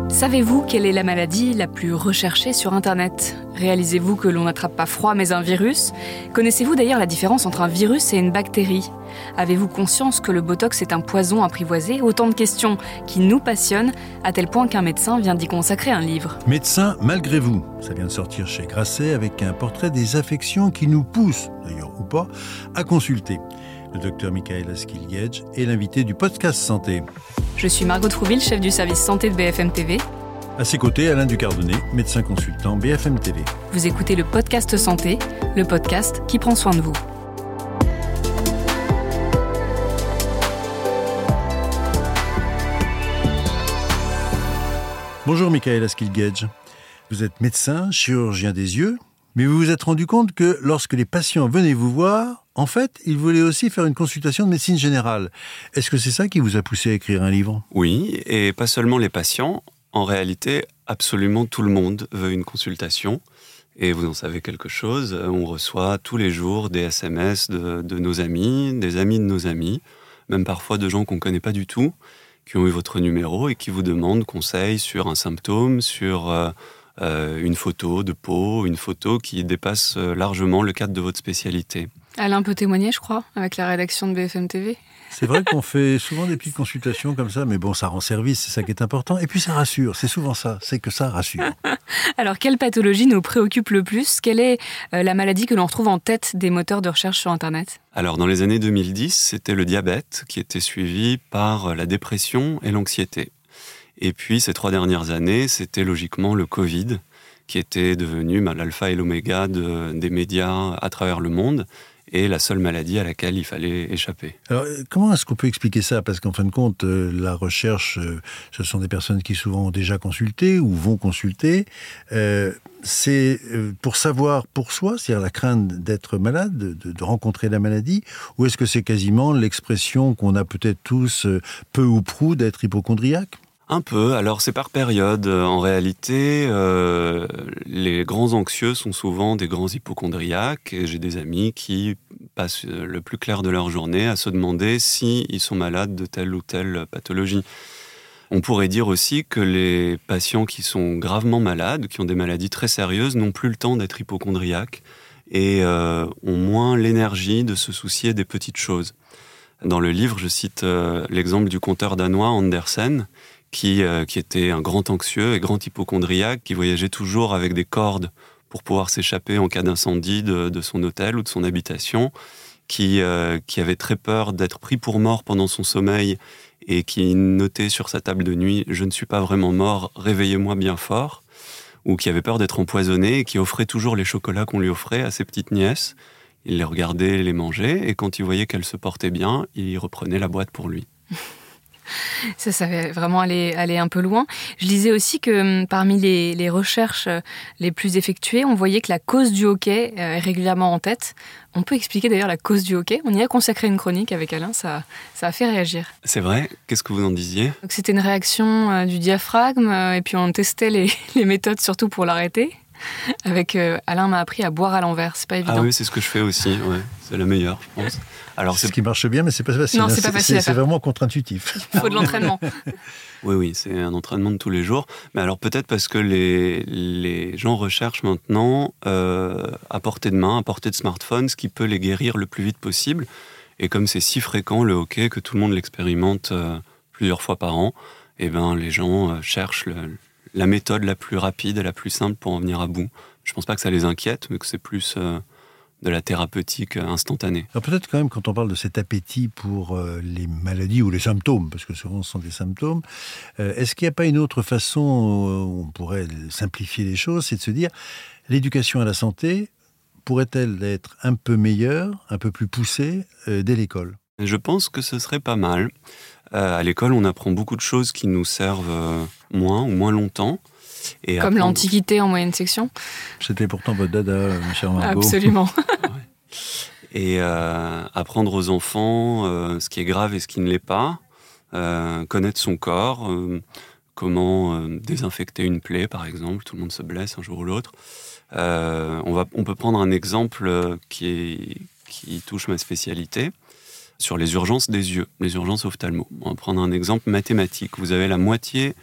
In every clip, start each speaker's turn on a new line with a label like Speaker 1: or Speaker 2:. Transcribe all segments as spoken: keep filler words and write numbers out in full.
Speaker 1: Savez-vous quelle est la maladie la plus recherchée sur Internet ? Réalisez-vous que l'on n'attrape pas froid mais un virus ? Connaissez-vous d'ailleurs la différence entre un virus et une bactérie ? Avez-vous conscience que le Botox est un poison apprivoisé ? Autant de questions qui nous passionnent, à tel point qu'un médecin vient d'y consacrer un livre.
Speaker 2: Médecin malgré vous, ça vient de sortir chez Grasset avec un portrait des affections qui nous poussent, d'ailleurs ou pas, à consulter. Le docteur Michael Askil-Gedge est l'invité du podcast Santé.
Speaker 1: Je suis Margot Trouville, chef du service santé de B F M T V.
Speaker 2: À ses côtés, Alain Ducardonnet, médecin consultant B F M T V.
Speaker 1: Vous écoutez le podcast Santé, le podcast qui prend soin de vous.
Speaker 2: Bonjour Michael Askil-Gedge. Vous êtes médecin, chirurgien des yeux, mais vous vous êtes rendu compte que lorsque les patients venaient vous voir, en fait, ils voulaient aussi faire une consultation de médecine générale. Est-ce que c'est ça qui vous a poussé à écrire un livre ?
Speaker 3: Oui, et pas seulement les patients. En réalité, absolument tout le monde veut une consultation. Et vous en savez quelque chose, on reçoit tous les jours des S M S de, de nos amis, des amis de nos amis, même parfois de gens qu'on ne connaît pas du tout, qui ont eu votre numéro et qui vous demandent conseil sur un symptôme, sur euh, euh, une photo de peau, une photo qui dépasse largement le cadre de votre spécialité.
Speaker 1: Alain peut témoigner, je crois, avec la rédaction de B F M T V.
Speaker 2: C'est vrai qu'on fait souvent des petites consultations comme ça, mais bon, ça rend service, c'est ça qui est important. Et puis ça rassure, c'est souvent ça, c'est que ça rassure.
Speaker 1: Alors, quelle pathologie nous préoccupe le plus ? Quelle est euh, la maladie que l'on retrouve en tête des moteurs de recherche sur Internet ?
Speaker 3: Alors, dans les années deux mille dix, c'était le diabète qui était suivi par la dépression et l'anxiété. Et puis, ces trois dernières années, c'était logiquement le Covid, qui était devenu bah, l'alpha et l'oméga de, des médias à travers le monde, et la seule maladie à laquelle il fallait échapper.
Speaker 2: Alors, comment est-ce qu'on peut expliquer ça ? Parce qu'en fin de compte, euh, la recherche, euh, ce sont des personnes qui souvent ont déjà consulté ou vont consulter. Euh, c'est euh, pour savoir pour soi, c'est-à-dire la crainte d'être malade, de, de rencontrer la maladie, ou est-ce que c'est quasiment l'expression qu'on a peut-être tous, euh, peu ou prou, d'être hypocondriaque ?
Speaker 3: Un peu, alors c'est par période. En réalité, euh, les grands anxieux sont souvent des grands hypocondriaques, et j'ai des amis qui passent le plus clair de leur journée à se demander s'ils sont malades de telle ou telle pathologie. On pourrait dire aussi que les patients qui sont gravement malades, qui ont des maladies très sérieuses, n'ont plus le temps d'être hypocondriaques et euh, ont moins l'énergie de se soucier des petites choses. Dans le livre, je cite euh, l'exemple du conteur danois Andersen, Qui, euh, qui était un grand anxieux et grand hypocondriaque, qui voyageait toujours avec des cordes pour pouvoir s'échapper en cas d'incendie de, de son hôtel ou de son habitation, qui, euh, qui avait très peur d'être pris pour mort pendant son sommeil et qui notait sur sa table de nuit « Je ne suis pas vraiment mort, réveillez-moi bien fort », ou qui avait peur d'être empoisonné et qui offrait toujours les chocolats qu'on lui offrait à ses petites nièces. Il les regardait les manger et quand il voyait qu'elles se portaient bien, il reprenait la boîte pour lui.
Speaker 1: Ça, ça va vraiment aller, aller un peu loin. Je lisais aussi que parmi les, les recherches les plus effectuées, on voyait que la cause du hoquet est régulièrement en tête. On peut expliquer d'ailleurs la cause du hoquet. On y a consacré une chronique avec Alain, ça, ça a fait réagir.
Speaker 3: C'est vrai ? Qu'est-ce que vous en disiez ?
Speaker 1: Donc, c'était une réaction euh, du diaphragme euh, et puis on testait les, les méthodes surtout pour l'arrêter. Avec euh, Alain m'a appris à boire à l'envers, c'est pas évident.
Speaker 3: Ah oui, c'est ce que je fais aussi, ouais. C'est la meilleure, je pense.
Speaker 2: Alors, c'est ce qui marche bien, mais c'est pas facile.
Speaker 1: Non, c'est pas facile.
Speaker 2: C'est, c'est vraiment contre-intuitif.
Speaker 1: Il faut de l'entraînement.
Speaker 3: Oui, oui, c'est un entraînement de tous les jours. Mais alors peut-être parce que les, les gens recherchent maintenant euh, à portée de main, à portée de smartphone, ce qui peut les guérir le plus vite possible. Et comme c'est si fréquent le hoquet que tout le monde l'expérimente euh, plusieurs fois par an, eh ben les gens euh, cherchent le, la méthode la plus rapide et la plus simple pour en venir à bout. Je pense pas que ça les inquiète, mais que c'est plus euh, de la thérapeutique instantanée.
Speaker 2: Alors peut-être quand même, quand on parle de cet appétit pour euh, les maladies ou les symptômes, parce que souvent ce sont des symptômes, euh, est-ce qu'il n'y a pas une autre façon où on pourrait simplifier les choses, c'est de se dire, l'éducation à la santé pourrait-elle être un peu meilleure, un peu plus poussée euh, dès l'école ?
Speaker 3: Je pense que ce serait pas mal. Euh, à l'école, on apprend beaucoup de choses qui nous servent euh, moins ou moins longtemps. Et
Speaker 1: Comme
Speaker 3: apprendre...
Speaker 1: l'Antiquité en moyenne section.
Speaker 2: C'était pourtant votre dada, ma chère Margot.
Speaker 1: Absolument.
Speaker 3: Ouais. Et euh, apprendre aux enfants euh, ce qui est grave et ce qui ne l'est pas, euh, connaître son corps, euh, comment euh, désinfecter une plaie, par exemple. Tout le monde se blesse un jour ou l'autre. Euh, on, va, on peut prendre un exemple qui, est, qui touche ma spécialité. Sur les urgences des yeux, les urgences ophtalmo. On va prendre un exemple mathématique. Vous avez la moitié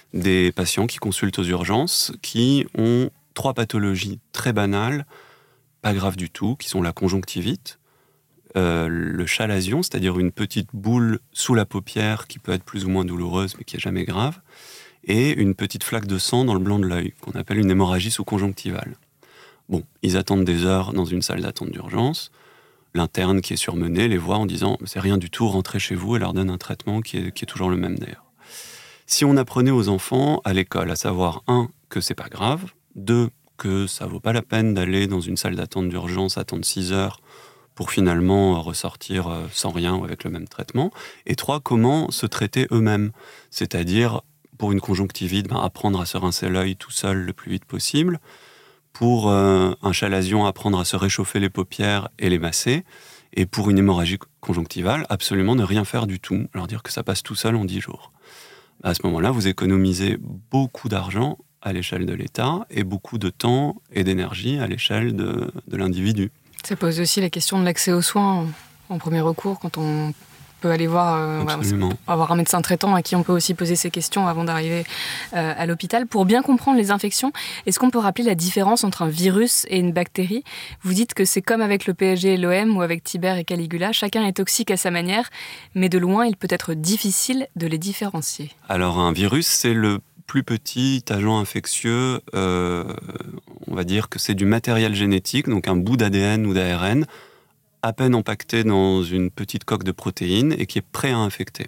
Speaker 3: des patients qui consultent aux urgences, qui ont trois pathologies très banales, pas graves du tout, qui sont la conjonctivite, euh, le chalazion, c'est-à-dire une petite boule sous la paupière qui peut être plus ou moins douloureuse, mais qui n'est jamais grave, et une petite flaque de sang dans le blanc de l'œil, qu'on appelle une hémorragie sous-conjonctivale. Bon, ils attendent des heures dans une salle d'attente d'urgence. L'interne qui est surmené les voit en disant « c'est rien du tout, rentrez chez vous » et leur donne un traitement qui est, qui est toujours le même d'ailleurs. Si on apprenait aux enfants à l'école, à savoir, un, que c'est pas grave, deux, que ça vaut pas la peine d'aller dans une salle d'attente d'urgence, attendre six heures pour finalement ressortir sans rien ou avec le même traitement, et trois, comment se traiter eux-mêmes, c'est-à-dire, pour une conjonctivite, ben, apprendre à se rincer l'œil tout seul le plus vite possible, pour euh, un chalazion, apprendre à se réchauffer les paupières et les masser, et pour une hémorragie conjonctivale, absolument ne rien faire du tout, leur dire que ça passe tout seul en dix jours. À ce moment-là, vous économisez beaucoup d'argent à l'échelle de l'État et beaucoup de temps et d'énergie à l'échelle de, de l'individu.
Speaker 1: Ça pose aussi la question de l'accès aux soins en premier recours, quand on peut aller voir, euh, voilà, avoir un médecin traitant à qui on peut aussi poser ces questions avant d'arriver euh, à l'hôpital. Pour bien comprendre les infections, est-ce qu'on peut rappeler la différence entre un virus et une bactérie ? Vous dites que c'est comme avec le P S G et l'O M ou avec Tibère et Caligula, chacun est toxique à sa manière, mais de loin, il peut être difficile de les différencier.
Speaker 3: Alors un virus, c'est le plus petit agent infectieux, euh, on va dire que c'est du matériel génétique, donc un bout d'A D N ou d'A R N, à peine empaqueté dans une petite coque de protéines et qui est prêt à infecter.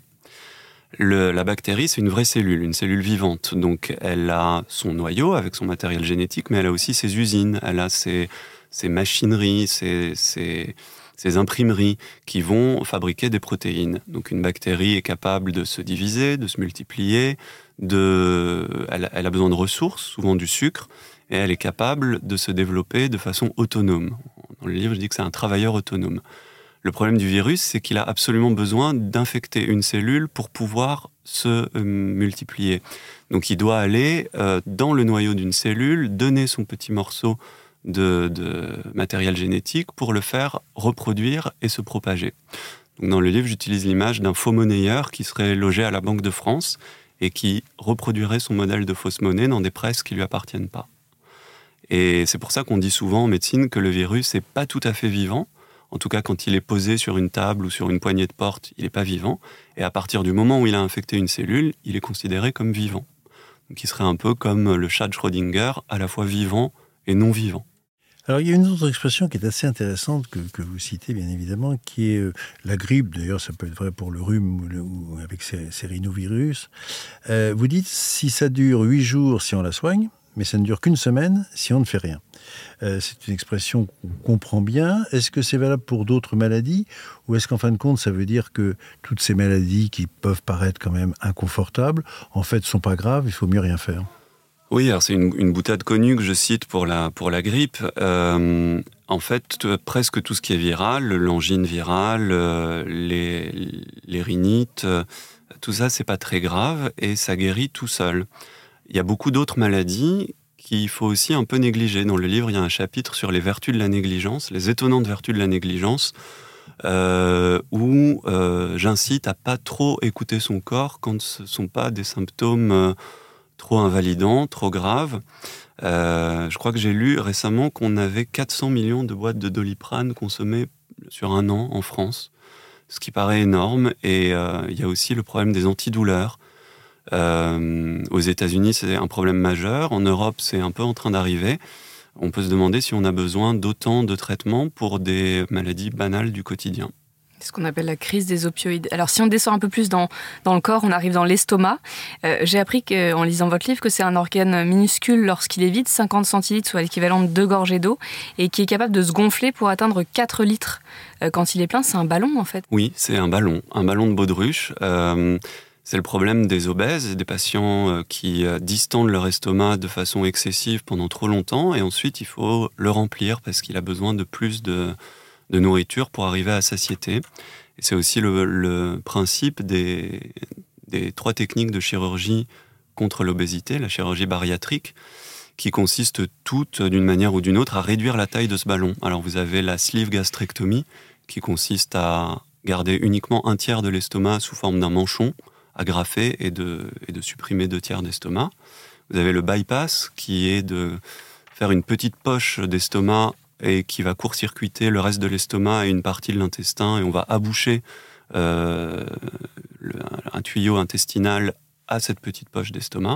Speaker 3: Le, la bactérie, c'est une vraie cellule, une cellule vivante. Donc elle a son noyau avec son matériel génétique, mais elle a aussi ses usines, elle a ses, ses machineries, ses, ses, ses imprimeries qui vont fabriquer des protéines. Donc une bactérie est capable de se diviser, de se multiplier, de, elle, elle a besoin de ressources, souvent du sucre, et elle est capable de se développer de façon autonome. Dans le livre, je dis que c'est un travailleur autonome. Le problème du virus, c'est qu'il a absolument besoin d'infecter une cellule pour pouvoir se euh, multiplier. Donc il doit aller euh, dans le noyau d'une cellule, donner son petit morceau de, de matériel génétique pour le faire reproduire et se propager. Donc dans le livre, j'utilise l'image d'un faux monnayeur qui serait logé à la Banque de France et qui reproduirait son modèle de fausse monnaie dans des presses qui ne lui appartiennent pas. Et c'est pour ça qu'on dit souvent en médecine que le virus n'est pas tout à fait vivant. En tout cas, quand il est posé sur une table ou sur une poignée de porte, il n'est pas vivant. Et à partir du moment où il a infecté une cellule, il est considéré comme vivant. Donc il serait un peu comme le chat de Schrödinger, à la fois vivant et non vivant.
Speaker 2: Alors, il y a une autre expression qui est assez intéressante, que, que vous citez bien évidemment, qui est euh, la grippe. D'ailleurs, ça peut être vrai pour le rhume ou, le, ou avec ces, ces rhinovirus. Euh, vous dites, si ça dure huit jours si on la soigne, mais ça ne dure qu'une semaine si on ne fait rien. Euh, c'est une expression qu'on comprend bien. Est-ce que c'est valable pour d'autres maladies ? Ou est-ce qu'en fin de compte, ça veut dire que toutes ces maladies qui peuvent paraître quand même inconfortables, en fait, ne sont pas graves, il faut mieux rien faire ?
Speaker 3: Oui, alors c'est une, une boutade connue que je cite pour la, pour la grippe. Euh, en fait, t- presque tout ce qui est viral, l'angine virale, euh, les, les rhinites, euh, tout ça, c'est pas très grave et ça guérit tout seul. Il y a beaucoup d'autres maladies qu'il faut aussi un peu négliger. Dans le livre, il y a un chapitre sur les vertus de la négligence, les étonnantes vertus de la négligence, euh, où euh, j'incite à pas trop écouter son corps quand ce ne sont pas des symptômes euh, trop invalidants, trop graves. Euh, je crois que j'ai lu récemment qu'on avait quatre cents millions de boîtes de Doliprane consommées sur un an en France, ce qui paraît énorme. Et euh, il y a aussi le problème des antidouleurs. Euh, aux États-Unis, c'est un problème majeur. En Europe, c'est un peu en train d'arriver. On peut se demander si on a besoin d'autant de traitements pour des maladies banales du quotidien.
Speaker 1: C'est ce qu'on appelle la crise des opioïdes. Alors, si on descend un peu plus dans, dans le corps, on arrive dans l'estomac. Euh, j'ai appris que, en lisant votre livre que c'est un organe minuscule lorsqu'il est vide, cinquante centilitres, soit l'équivalent de deux gorgées d'eau, et qui est capable de se gonfler pour atteindre quatre litres. Euh, quand il est plein, c'est un ballon, en fait.
Speaker 3: Oui, c'est un ballon, un ballon de baudruche. Euh, c'est le problème des obèses, des patients qui distendent leur estomac de façon excessive pendant trop longtemps, et ensuite il faut le remplir parce qu'il a besoin de plus de... de nourriture pour arriver à satiété. Et c'est aussi le, le principe des, des trois techniques de chirurgie contre l'obésité, la chirurgie bariatrique, qui consiste toutes, d'une manière ou d'une autre, à réduire la taille de ce ballon. Alors vous avez la sleeve gastrectomie, qui consiste à garder uniquement un tiers de l'estomac sous forme d'un manchon, agrafer et de, et de supprimer deux tiers d'estomac. Vous avez le bypass, qui est de faire une petite poche d'estomac et qui va court-circuiter le reste de l'estomac et une partie de l'intestin, et on va aboucher euh, le, un tuyau intestinal à cette petite poche d'estomac.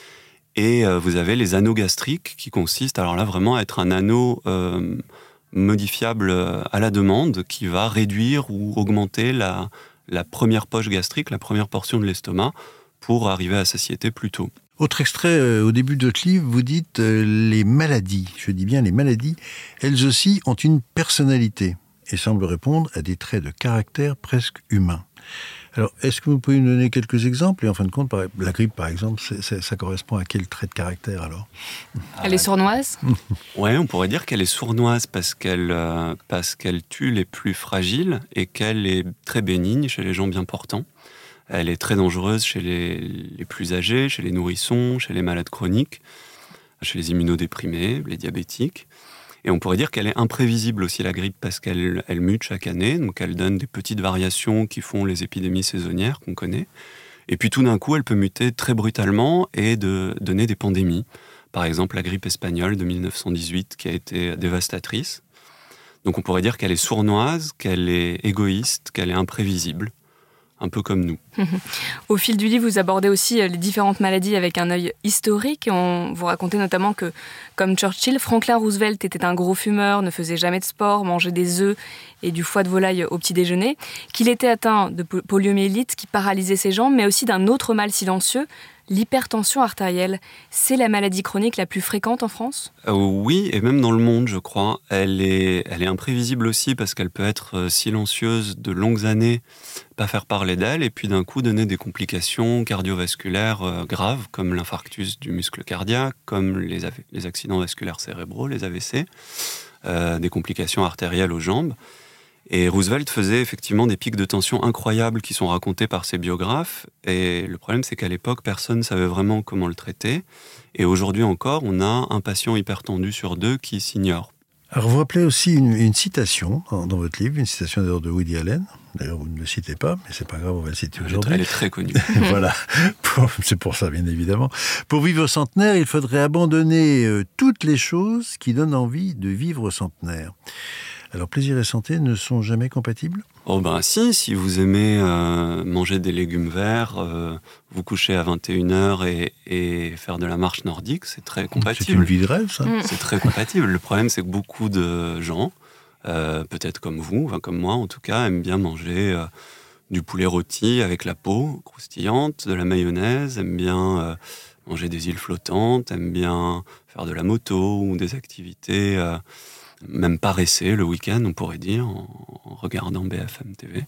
Speaker 3: Et euh, vous avez les anneaux gastriques, qui consistent alors là vraiment à être un anneau euh, modifiable à la demande, qui va réduire ou augmenter la, la première poche gastrique, la première portion de l'estomac, pour arriver à satiété plus tôt.
Speaker 2: Autre extrait, euh, au début de votre livre, vous dites euh, « les maladies », je dis bien les maladies, elles aussi ont une personnalité et semblent répondre à des traits de caractère presque humains. Alors, est-ce que vous pouvez nous donner quelques exemples ? Et en fin de compte, par, la grippe, par exemple, c'est, c'est, ça correspond à quel trait de caractère, alors ?
Speaker 1: Elle est sournoise ?
Speaker 3: Ouais, on pourrait dire qu'elle est sournoise parce qu'elle, euh, parce qu'elle tue les plus fragiles et qu'elle est très bénigne chez les gens bien portants. Elle est très dangereuse chez les, les plus âgés, chez les nourrissons, chez les malades chroniques, chez les immunodéprimés, les diabétiques. Et on pourrait dire qu'elle est imprévisible aussi, la grippe, parce qu'elle elle mute chaque année, donc elle donne des petites variations qui font les épidémies saisonnières qu'on connaît. Et puis tout d'un coup, elle peut muter très brutalement et de, donner des pandémies. Par exemple, la grippe espagnole de mille neuf cent dix-huit, qui a été dévastatrice. Donc on pourrait dire qu'elle est sournoise, qu'elle est égoïste, qu'elle est imprévisible. Un peu comme nous.
Speaker 1: Au fil du livre, vous abordez aussi les différentes maladies avec un œil historique. Et on vous racontez notamment que, comme Churchill, Franklin Roosevelt était un gros fumeur, ne faisait jamais de sport, mangeait des œufs et du foie de volaille au petit déjeuner, qu'il était atteint de poliomyélite qui paralysait ses jambes, mais aussi d'un autre mal silencieux, l'hypertension artérielle. C'est la maladie chronique la plus fréquente en France ?
Speaker 3: euh, Oui, et même dans le monde, je crois. Elle est, elle est imprévisible aussi parce qu'elle peut être silencieuse de longues années, pas faire parler d'elle, et puis d'un coup donner des complications cardiovasculaires euh, graves, comme l'infarctus du muscle cardiaque, comme les, les accidents vasculaires cérébraux, les A V C, euh, des complications artérielles aux jambes. Et Roosevelt faisait effectivement des pics de tension incroyables qui sont racontés par ses biographes. Et le problème, c'est qu'à l'époque, personne ne savait vraiment comment le traiter. Et aujourd'hui encore, on a un patient hypertendu sur deux qui s'ignore.
Speaker 2: Alors, vous rappelez aussi une, une citation dans votre livre, une citation d'ailleurs de Woody Allen. D'ailleurs, vous ne le citez pas, mais c'est pas grave, on va le citer aujourd'hui.
Speaker 3: Elle est très connue.
Speaker 2: Voilà, pour, c'est pour ça, bien évidemment. Pour vivre centenaire, il faudrait abandonner euh, toutes les choses qui donnent envie de vivre centenaire. Alors, plaisir et santé ne sont jamais compatibles ?
Speaker 3: Oh ben si, si vous aimez euh, manger des légumes verts, euh, vous coucher à vingt et une heures et, et faire de la marche nordique, c'est très compatible.
Speaker 2: C'est une vie de rêve, ça.
Speaker 3: C'est très compatible. Le problème, c'est que beaucoup de gens, euh, peut-être comme vous, enfin comme moi en tout cas, aiment bien manger euh, du poulet rôti avec la peau croustillante, de la mayonnaise, aiment bien euh, manger des îles flottantes, aiment bien faire de la moto ou des activités... Euh, même paresser le week-end, on pourrait dire, en, en regardant B F M T V.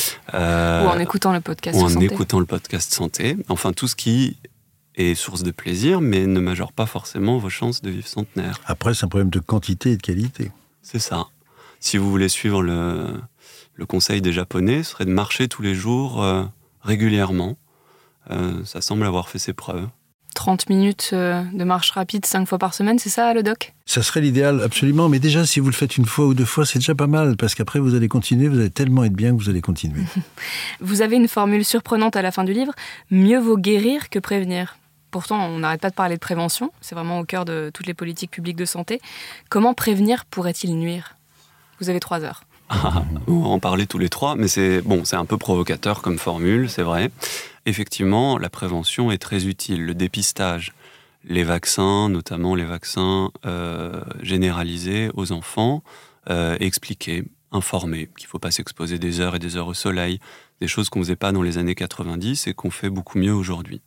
Speaker 1: Euh, ou en écoutant le podcast
Speaker 3: Ou en
Speaker 1: santé.
Speaker 3: écoutant le podcast santé. Enfin, tout ce qui est source de plaisir, mais ne majore pas forcément vos chances de vivre centenaire.
Speaker 2: Après, c'est un problème de quantité et de qualité.
Speaker 3: C'est ça. Si vous voulez suivre le, le conseil des Japonais, ce serait de marcher tous les jours euh, régulièrement. Euh, ça semble avoir fait ses preuves.
Speaker 1: trente minutes de marche rapide cinq fois par semaine, c'est ça le doc ?
Speaker 2: Ça serait l'idéal, absolument. Mais déjà, si vous le faites une fois ou deux fois, c'est déjà pas mal. Parce qu'après, vous allez continuer, vous allez tellement être bien que vous allez continuer.
Speaker 1: Vous avez une formule surprenante à la fin du livre. Mieux vaut guérir que prévenir. Pourtant, on n'arrête pas de parler de prévention. C'est vraiment au cœur de toutes les politiques publiques de santé. Comment prévenir pourrait-il nuire ? Vous avez trois heures.
Speaker 3: Ah, on va en parler tous les trois, mais c'est, bon, c'est un peu provocateur comme formule, c'est vrai. Effectivement, la prévention est très utile. Le dépistage, les vaccins, notamment les vaccins euh, généralisés aux enfants, euh, expliquer, informer qu'il ne faut pas s'exposer des heures et des heures au soleil, des choses qu'on ne faisait pas dans les années quatre-vingt-dix et qu'on fait beaucoup mieux aujourd'hui.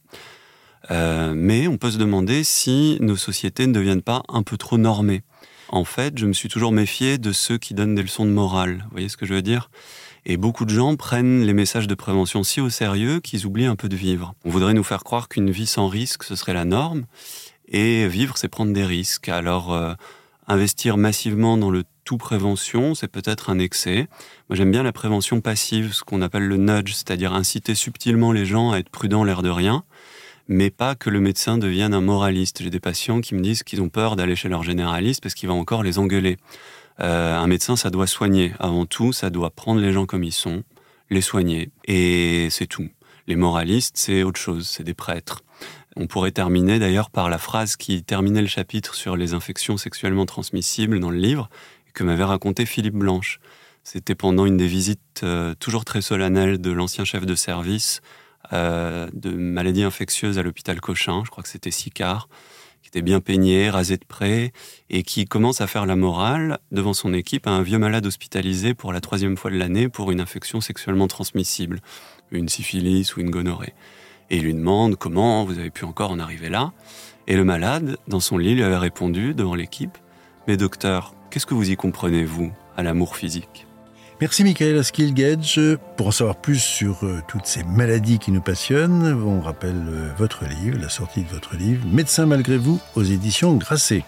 Speaker 3: Euh, mais on peut se demander si nos sociétés ne deviennent pas un peu trop normées. En fait, je me suis toujours méfié de ceux qui donnent des leçons de morale. Vous voyez ce que je veux dire ? Et beaucoup de gens prennent les messages de prévention si au sérieux qu'ils oublient un peu de vivre. On voudrait nous faire croire qu'une vie sans risque, ce serait la norme. Et vivre, c'est prendre des risques. Alors, euh, investir massivement dans le tout prévention, c'est peut-être un excès. Moi, j'aime bien la prévention passive, ce qu'on appelle le nudge, c'est-à-dire inciter subtilement les gens à être prudents l'air de rien, mais pas que le médecin devienne un moraliste. J'ai des patients qui me disent qu'ils ont peur d'aller chez leur généraliste parce qu'il va encore les engueuler. Euh, un médecin, ça doit soigner. Avant tout, ça doit prendre les gens comme ils sont, les soigner. Et c'est tout. Les moralistes, c'est autre chose, c'est des prêtres. On pourrait terminer d'ailleurs par la phrase qui terminait le chapitre sur les infections sexuellement transmissibles dans le livre, que m'avait raconté Philippe Blanche. C'était pendant une des visites euh, toujours très solennelles de l'ancien chef de service euh, de maladies infectieuses à l'hôpital Cochin, je crois que c'était Sicard, qui était bien peigné, rasé de près, et qui commence à faire la morale devant son équipe à un vieux malade hospitalisé pour la troisième fois de l'année pour une infection sexuellement transmissible, une syphilis ou une gonorrhée. Et il lui demande comment vous avez pu encore en arriver là. Et le malade, dans son lit, lui avait répondu devant l'équipe « Mais docteur, qu'est-ce que vous y comprenez, vous, à l'amour physique ?»
Speaker 2: Merci Michaela Skilgedge. Pour en savoir plus sur euh, toutes ces maladies qui nous passionnent, on rappelle euh, votre livre, la sortie de votre livre « Médecin malgré vous » aux éditions Grasset.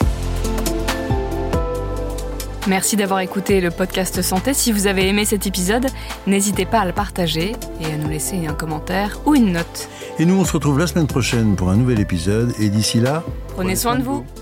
Speaker 1: Merci d'avoir écouté le podcast Santé. Si vous avez aimé cet épisode, n'hésitez pas à le partager et à nous laisser un commentaire ou une note.
Speaker 2: Et nous, on se retrouve la semaine prochaine pour un nouvel épisode. Et d'ici là,
Speaker 1: prenez soin de vous.